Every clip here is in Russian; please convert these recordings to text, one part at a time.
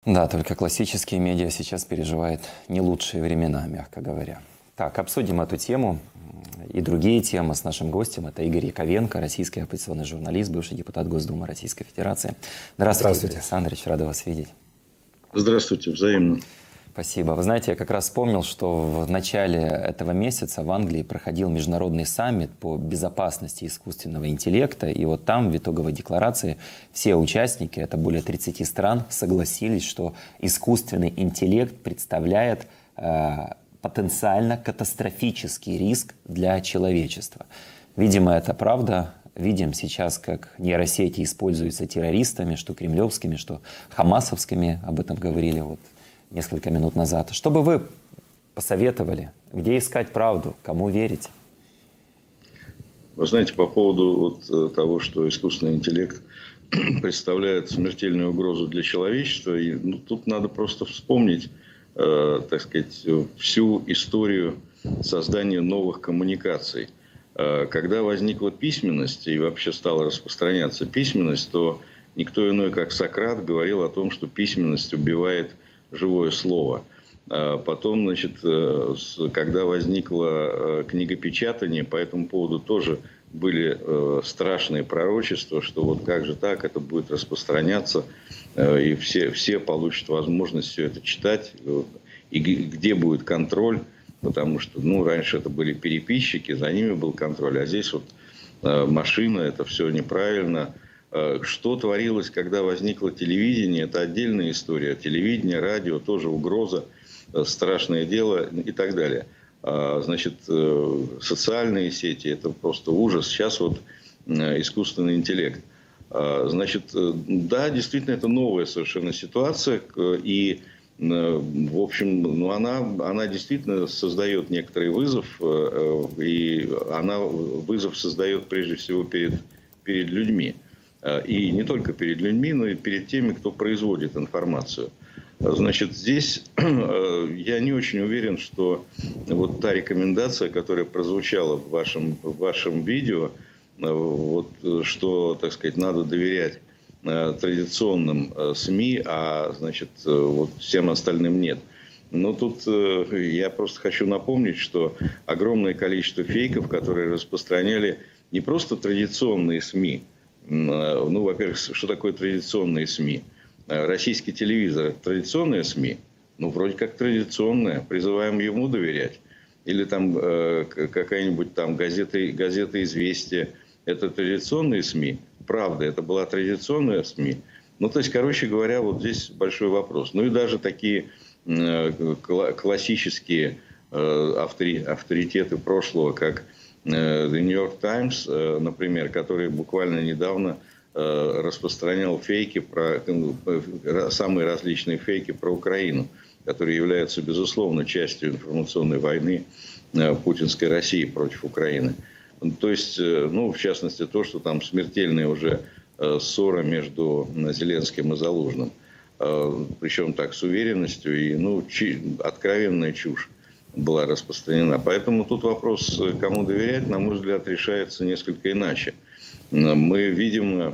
Да, только классические медиа сейчас переживают не лучшие времена, мягко говоря. Так, обсудим эту тему и другие темы с нашим гостем. Это Игорь Яковенко, российский оппозиционный журналист, бывший депутат Госдумы Российской Федерации. Здравствуйте, Игорь Александрович, рада вас видеть. Здравствуйте, взаимно. Спасибо. Вы знаете, я как раз вспомнил, что в начале этого месяца в Англии проходил международный саммит по безопасности искусственного интеллекта. И вот там в итоговой декларации все участники, это более 30 стран, согласились, что искусственный интеллект представляет потенциально катастрофический риск для человечества. Видимо, это правда. Видим сейчас, как нейросети используются террористами, что кремлевскими, что хамасовскими. Об этом говорили вот несколько минут назад. Что бы вы посоветовали? Где искать правду? Кому верить? Вы знаете, по поводу того, что искусственный интеллект представляет смертельную угрозу для человечества, тут надо просто вспомнить, так сказать, всю историю создания новых коммуникаций. Когда возникла письменность и вообще стала распространяться письменность, то никто иной, как Сократ, говорил о том, что письменность убивает живое слово. Потом, значит, когда возникло книгопечатание, по этому поводу тоже были страшные пророчества, что вот как же так, это будет распространяться, и все получат возможность все это читать, и где будет контроль, потому что, раньше это были переписчики, за ними был контроль, а здесь вот машина, это все неправильно. Что творилось, когда возникло телевидение, это отдельная история. Телевидение, радио, тоже угроза, страшное дело и так далее. Значит, социальные сети, это просто ужас. Сейчас вот искусственный интеллект. Значит, да, действительно, это новая совершенно ситуация. И, в общем, она действительно создает некоторый вызов. И вызов создает прежде всего перед людьми. И не только перед людьми, но и перед теми, кто производит информацию. Значит, здесь я не очень уверен, что вот та рекомендация, которая прозвучала в вашем видео, что, так сказать, надо доверять традиционным СМИ, а, значит, вот всем остальным нет. Но тут я просто хочу напомнить, что огромное количество фейков, которые распространяли не просто традиционные СМИ. Во-первых, что такое традиционные СМИ? Российский телевизор – традиционные СМИ? Вроде как традиционная. Призываем ему доверять. Или там какая-нибудь там газета «Известия» – это традиционные СМИ? Правда, это была традиционная СМИ? То есть, короче говоря, вот здесь большой вопрос. И даже такие классические авторитеты прошлого, как The New York Times, например, который буквально недавно распространял фейки самые различные фейки про Украину, которые являются, безусловно, частью информационной войны путинской России против Украины. То есть, в частности, то, что там смертельная уже ссора между Зеленским и Залужным. Причем так с уверенностью и откровенная чушь была распространена. Поэтому тут вопрос, кому доверять, на мой взгляд, решается несколько иначе. Мы, видимо,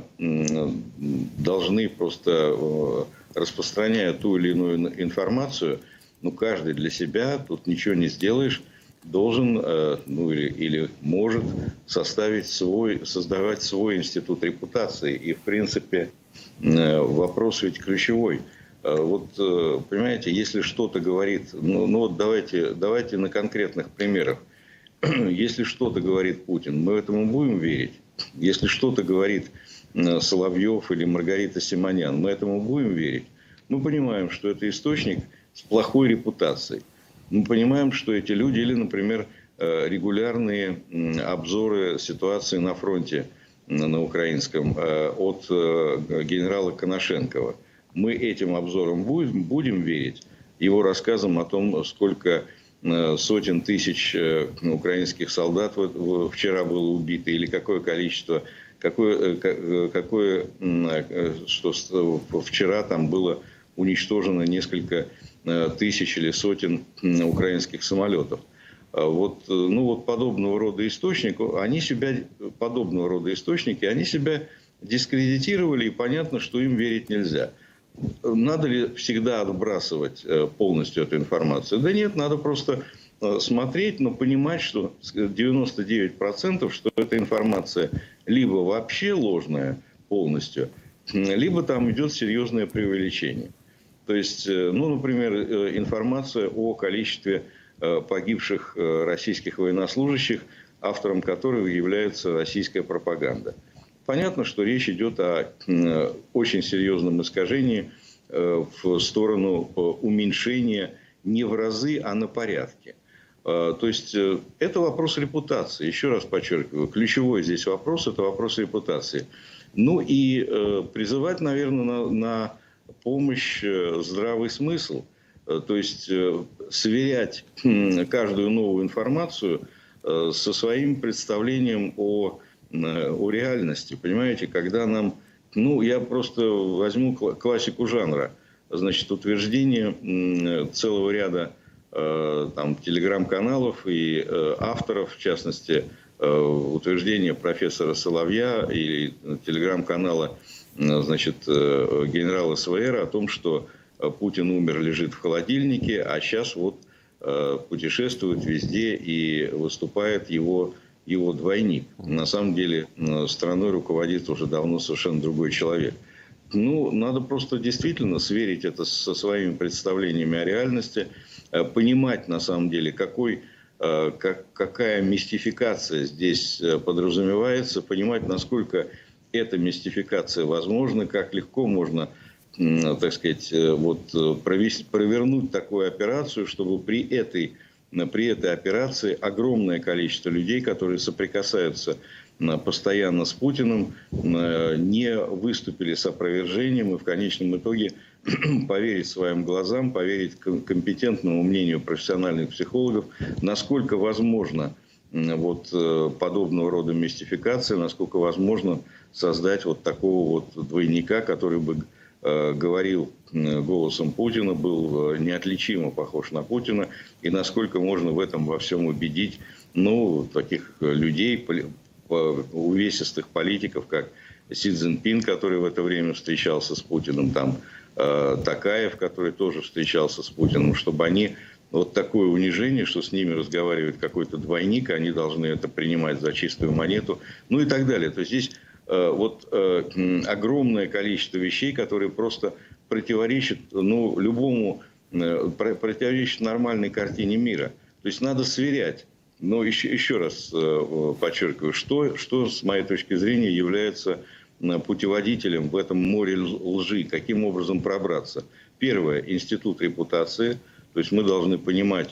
должны просто, распространяя ту или иную информацию, каждый для себя, тут ничего не сделаешь, должен или может создавать свой институт репутации. И, в принципе, вопрос ведь ключевой. Вот, понимаете, если что-то говорит, давайте на конкретных примерах. Если что-то говорит Путин, мы этому будем верить? Если что-то говорит Соловьев или Маргарита Симонян, мы этому будем верить? Мы понимаем, что это источник с плохой репутацией. Мы понимаем, что эти люди, или, например, регулярные обзоры ситуации на фронте на украинском от генерала Коношенкова. Мы этим обзором будем верить, его рассказам о том, сколько сотен тысяч украинских солдат вчера было убито, или какое количество, что вчера там было уничтожено несколько тысяч или сотен украинских самолетов. Подобного рода источники, они себя дискредитировали, и понятно, что им верить нельзя. надо ли всегда отбрасывать полностью эту информацию? Да нет, надо просто смотреть, но понимать, что 99%, что эта информация либо вообще ложная полностью, либо там идет серьезное преувеличение. То есть, ну, например, информация о количестве погибших российских военнослужащих, автором которого является российская пропаганда. Понятно, что речь идет о очень серьезном искажении в сторону уменьшения не в разы, а на порядке. То есть это вопрос репутации. Еще раз подчеркиваю, ключевой здесь вопрос – это вопрос репутации. Ну и призывать, наверное, на помощь здравый смысл. То есть сверять каждую новую информацию со своим представлением о реальности. Понимаете, когда нам... Ну, я просто возьму классику жанра. Значит, утверждение целого ряда там, телеграм-каналов и авторов, в частности, утверждение профессора Соловья и телеграм-канала, значит, генерала СВР о том, что Путин умер, лежит в холодильнике, а сейчас вот путешествует везде и выступает его двойник. На самом деле страной руководит уже давно совершенно другой человек. Ну, надо просто действительно сверить это со своими представлениями о реальности, понимать на самом деле, какая мистификация здесь подразумевается, понимать, насколько эта мистификация возможна, как легко можно, так сказать, вот, провернуть такую операцию, чтобы при этой операции огромное количество людей, которые соприкасаются постоянно с Путиным, не выступили с опровержением и в конечном итоге поверить своим глазам, поверить компетентному мнению профессиональных психологов, насколько возможно вот подобного рода мистификация, насколько возможно создать вот такого вот двойника, который бы говорил голосом Путина, был неотличимо похож на Путина, и насколько можно в этом во всем убедить, ну, таких людей, увесистых политиков, как Си Цзиньпин, который в это время встречался с Путиным, там Токаев, который тоже встречался с Путиным, чтобы они вот такое унижение, что с ними разговаривает какой-то двойник, они должны это принимать за чистую монету, ну и так далее. То есть здесь вот огромное количество вещей, которые просто противоречат, ну, любому, противоречат нормальной картине мира. То есть надо сверять. Но еще раз подчеркиваю, что с моей точки зрения является путеводителем в этом море лжи, каким образом пробраться. Первое – институт репутации. То есть мы должны понимать,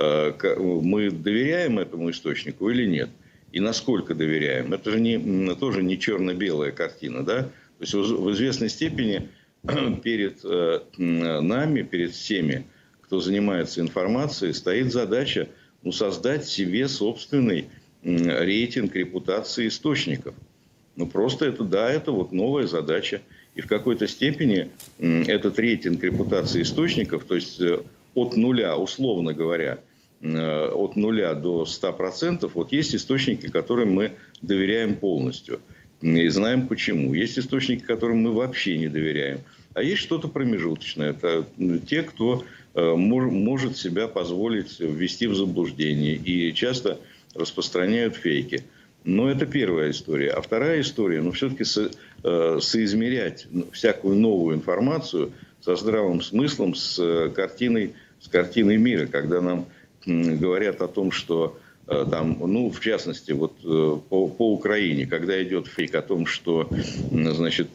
мы доверяем этому источнику или нет. И насколько доверяем. Это же тоже не черно-белая картина. Да? То есть в известной степени перед нами, перед всеми, кто занимается информацией, стоит задача создать себе собственный рейтинг репутации источников. Ну, просто это вот новая задача. И в какой-то степени этот рейтинг репутации источников, то есть от нуля, условно говоря, от 0 до 100%, вот есть источники, которым мы доверяем полностью. И знаем почему. Есть источники, которым мы вообще не доверяем. А есть что-то промежуточное. Это те, кто может себя позволить ввести в заблуждение. И часто распространяют фейки. Но это первая история. А вторая история, все-таки соизмерять всякую новую информацию со здравым смыслом, с картиной мира. Когда нам говорят о том, что там, ну, в частности, вот по Украине, когда идет фейк о том, что, значит,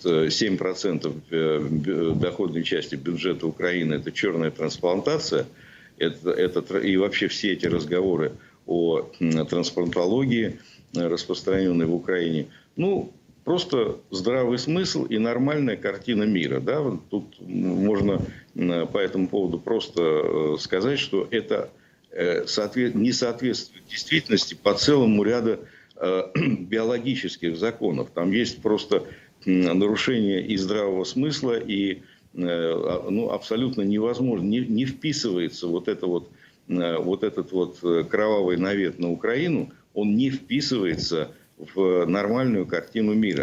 7% доходной части бюджета Украины – это черная трансплантация, и вообще все эти разговоры о трансплантологии, распространенной в Украине, ну, просто здравый смысл и нормальная картина мира. Да? Тут можно по этому поводу просто сказать, что это не соответствует действительности по целому ряду биологических законов. Там есть просто нарушение и здравого смысла, и абсолютно невозможно, не вписывается вот этот кровавый навет на Украину, он не вписывается в нормальную картину мира.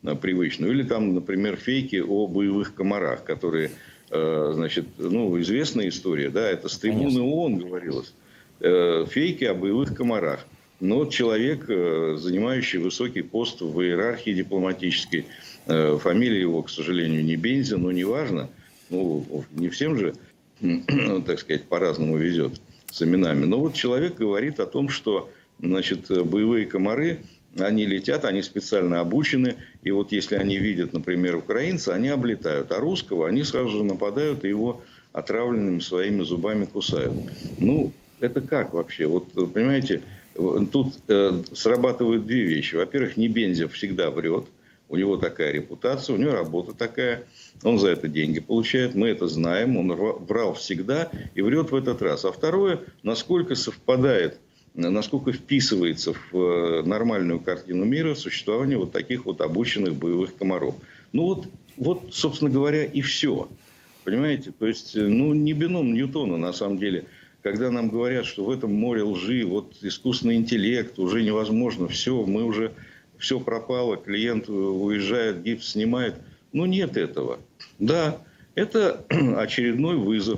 привычную. Или там, например, фейки о боевых комарах, которые, значит, ну, известная история, да, это с трибуны ООН говорилось. Фейки о боевых комарах. Но вот человек, занимающий высокий пост в иерархии дипломатической, фамилия его, к сожалению, не Бензин, но неважно, ну, не всем же, так сказать, по-разному везет с именами. Но вот человек говорит о том, что, значит, боевые комары, они летят, они специально обучены. И вот если они видят, например, украинца, они облетают. А русского они сразу же нападают и его отравленными своими зубами кусают. Ну, это как вообще? Вот, понимаете, тут срабатывают две вещи. Во-первых, Небензев всегда врет. У него такая репутация, у него работа такая. Он за это деньги получает. Мы это знаем. Он врал всегда и врет в этот раз. А второе, насколько совпадает, насколько вписывается в нормальную картину мира существование вот таких вот обученных боевых комаров. Ну вот, собственно говоря, и все. Понимаете? То есть, ну, не бином Ньютона, на самом деле. Когда нам говорят, что в этом море лжи, вот искусственный интеллект, уже невозможно, все, мы уже, все пропало, клиент уезжает, гипс снимает. Ну, нет этого. Да, это очередной вызов.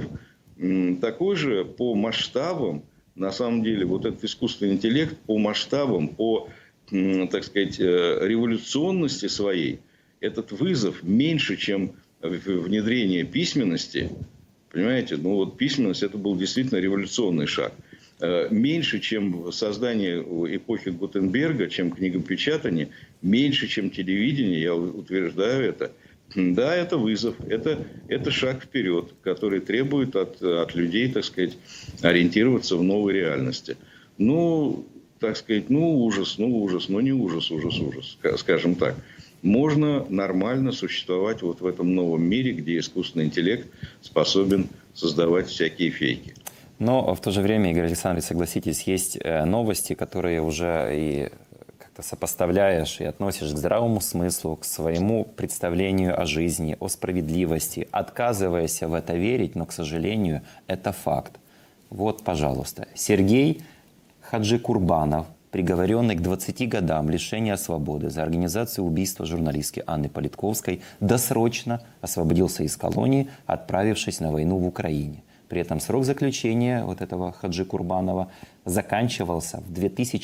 Такой же по масштабам, на самом деле, вот этот искусственный интеллект по масштабам, по, так сказать, революционности своей, этот вызов меньше, чем внедрение письменности. Понимаете, ну вот письменность это был действительно революционный шаг. Меньше, чем создание эпохи Гутенберга, чем книгопечатание, меньше, чем телевидение, я утверждаю это. Да, это вызов, это шаг вперед, который требует от людей, так сказать, ориентироваться в новой реальности. Ну, так сказать, ну ужас, но не ужас, скажем так. Можно нормально существовать вот в этом новом мире, где искусственный интеллект способен создавать всякие фейки. Но в то же время, Игорь Александрович, согласитесь, есть новости, которые уже и как-то сопоставляешь и относишь к здравому смыслу, к своему представлению о жизни, о справедливости, отказываясь в это верить, но, к сожалению, это факт. Вот, пожалуйста, Сергей Хаджикурбанов, приговоренный к 20 годам лишения свободы за организацию убийства журналистки Анны Политковской, досрочно освободился из колонии, отправившись на войну в Украине. При этом срок заключения вот этого Хаджикурбанова заканчивался в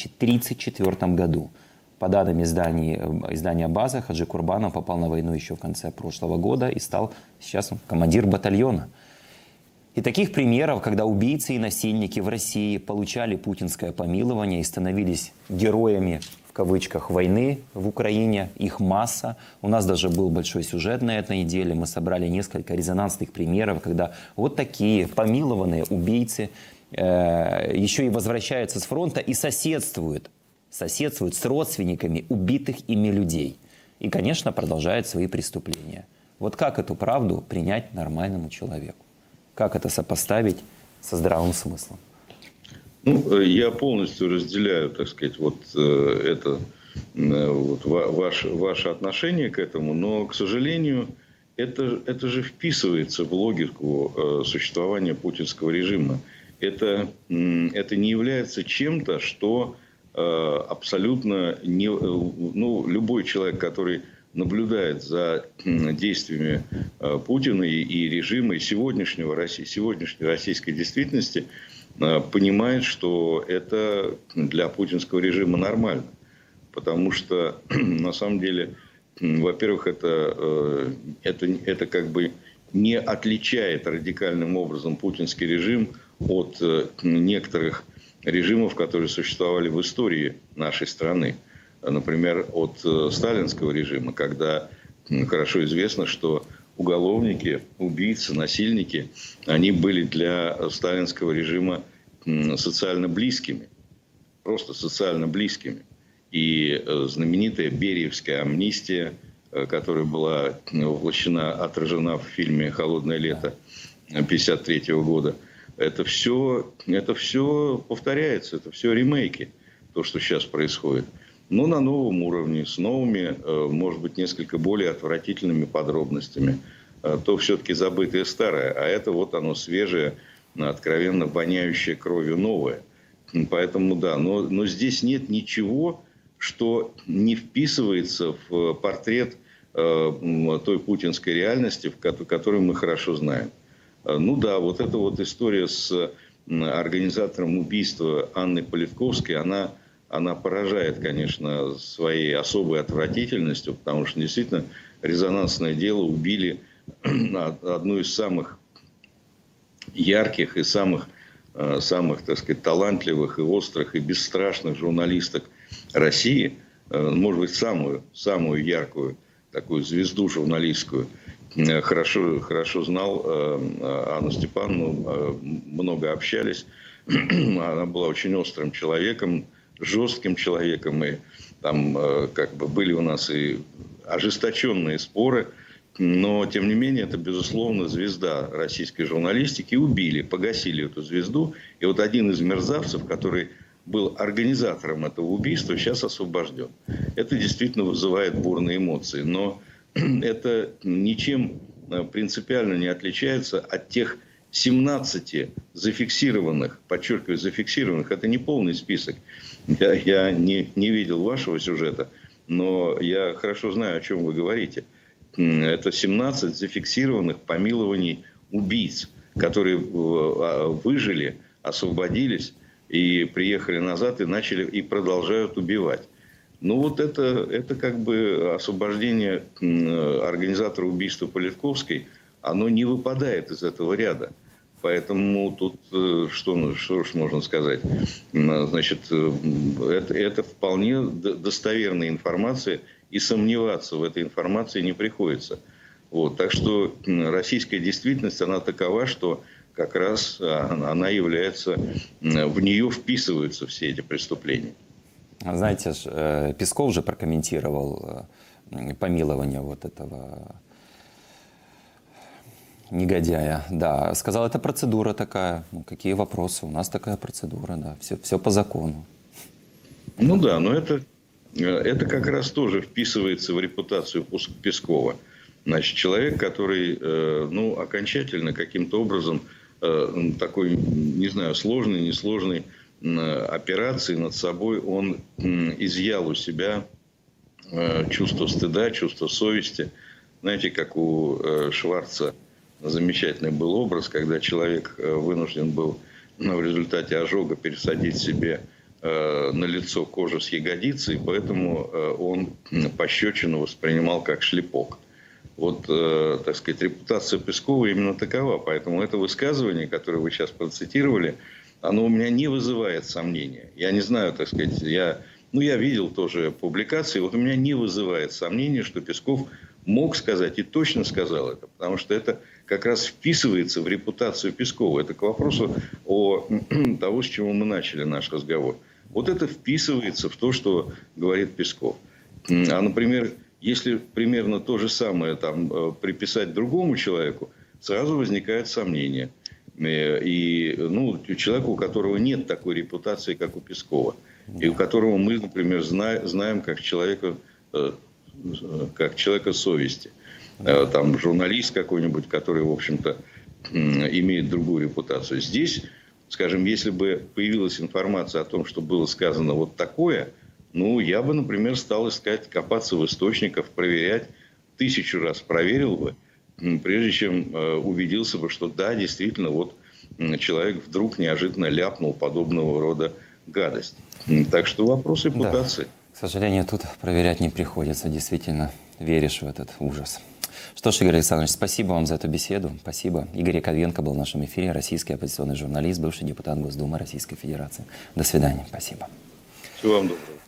2034 году. По данным издания «База», Хаджикурбанов попал на войну еще в конце прошлого года и стал сейчас командир батальона. И таких примеров, когда убийцы и насильники в России получали путинское помилование и становились героями, в кавычках, войны в Украине, их масса. У нас даже был большой сюжет на этой неделе. Мы собрали несколько резонансных примеров, когда вот такие помилованные убийцы еще и возвращаются с фронта и соседствуют с родственниками убитых ими людей. И, конечно, продолжают свои преступления. Вот как эту правду принять нормальному человеку? Как это сопоставить со здравым смыслом? Ну, я полностью разделяю, так сказать, вот это вот ваше отношение к этому, но, к сожалению, это же вписывается в логику существования путинского режима. Это не является чем-то, что абсолютно не, ну, любой человек, который наблюдает за действиями Путина и режима, и сегодняшней российской действительности, понимает, что это для путинского режима нормально. Потому что, на самом деле, во-первых, это как бы не отличает радикальным образом путинский режим от некоторых режимов, которые существовали в истории нашей страны. Например, от сталинского режима, когда хорошо известно, что уголовники, убийцы, насильники, они были для сталинского режима социально близкими, просто социально близкими. И знаменитая Бериевская амнистия, которая была отражена в фильме «Холодное лето» 1953 года, это все повторяется, это все ремейки, то, что сейчас происходит. Но на новом уровне, с новыми, может быть, несколько более отвратительными подробностями. То все-таки забытое старое, а это вот оно свежее, откровенно воняющее кровью новое. Поэтому да, но здесь нет ничего, что не вписывается в портрет той путинской реальности, которую мы хорошо знаем. Ну да, вот эта вот история с организатором убийства Анны Политковской, она поражает, конечно, своей особой отвратительностью, потому что действительно резонансное дело, убили одну из самых ярких и самых, так сказать, талантливых и острых и бесстрашных журналисток России, может быть, самую яркую такую звезду журналистскую. Хорошо знал Анну Степановну, много общались. Она была очень острым человеком, жестким человеком. И там как бы были у нас и ожесточенные споры. Но, тем не менее, это, безусловно, звезда российской журналистики. И убили, погасили эту звезду. И вот один из мерзавцев, который был организатором этого убийства, сейчас освобожден. Это действительно вызывает бурные эмоции. Но это ничем принципиально не отличается от тех 17 зафиксированных, подчеркиваю, зафиксированных, это не полный список. Я не видел вашего сюжета, но я хорошо знаю, о чем вы говорите. Это 17 зафиксированных помилований убийц, которые выжили, освободились и приехали назад и начали и продолжают убивать. Ну вот это как бы освобождение организатора убийства Политковской, оно не выпадает из этого ряда. Поэтому тут что ж можно сказать? Значит, это вполне достоверная информация, и сомневаться в этой информации не приходится. Вот, так что российская действительность, она такова, что как раз она является, в нее вписываются все эти преступления. Знаете, Песков уже прокомментировал помилование вот этого негодяя. Да, сказал, это процедура такая. Ну, какие вопросы? У нас такая процедура, да. Все по закону. Ну да, но это как раз тоже вписывается в репутацию Пескова. Значит, человек, который, ну, окончательно каким-то образом такой, не знаю, сложный, несложный операции над собой, он изъял у себя чувство стыда, чувство совести. Знаете, как у Шварца замечательный был образ, когда человек вынужден был в результате ожога пересадить себе на лицо кожу с ягодицы, и поэтому он пощечину воспринимал как шлепок. Вот, так сказать, репутация Пескова именно такова. Поэтому это высказывание, которое вы сейчас процитировали, оно у меня не вызывает сомнения. Я не знаю, так сказать, я видел тоже публикации, вот у меня не вызывает сомнения, что Песков мог сказать и точно сказал это, потому что это как раз вписывается в репутацию Пескова. Это к вопросу о того, с чего мы начали наш разговор. Вот это вписывается в то, что говорит Песков. А, например, если примерно то же самое там приписать другому человеку, сразу возникают сомнения. И человеку, у которого нет такой репутации, как у Пескова, и у которого мы, например, знаем как человека совести. Там журналист какой-нибудь, который, в общем-то, имеет другую репутацию. Здесь, скажем, если бы появилась информация о том, что было сказано вот такое, ну, я бы, например, стал искать, копаться в источниках, проверять, 1000 раз проверил бы, прежде чем убедился бы, что да, действительно, вот человек вдруг неожиданно ляпнул подобного рода гадость. Так что вопрос репутации. Да. К сожалению, тут проверять не приходится. Действительно, веришь в этот ужас. Что ж, Игорь Александрович, спасибо вам за эту беседу. Спасибо. Игорь Яковенко был в нашем эфире, российский оппозиционный журналист, бывший депутат Госдумы Российской Федерации. До свидания. Спасибо. Всего вам доброго.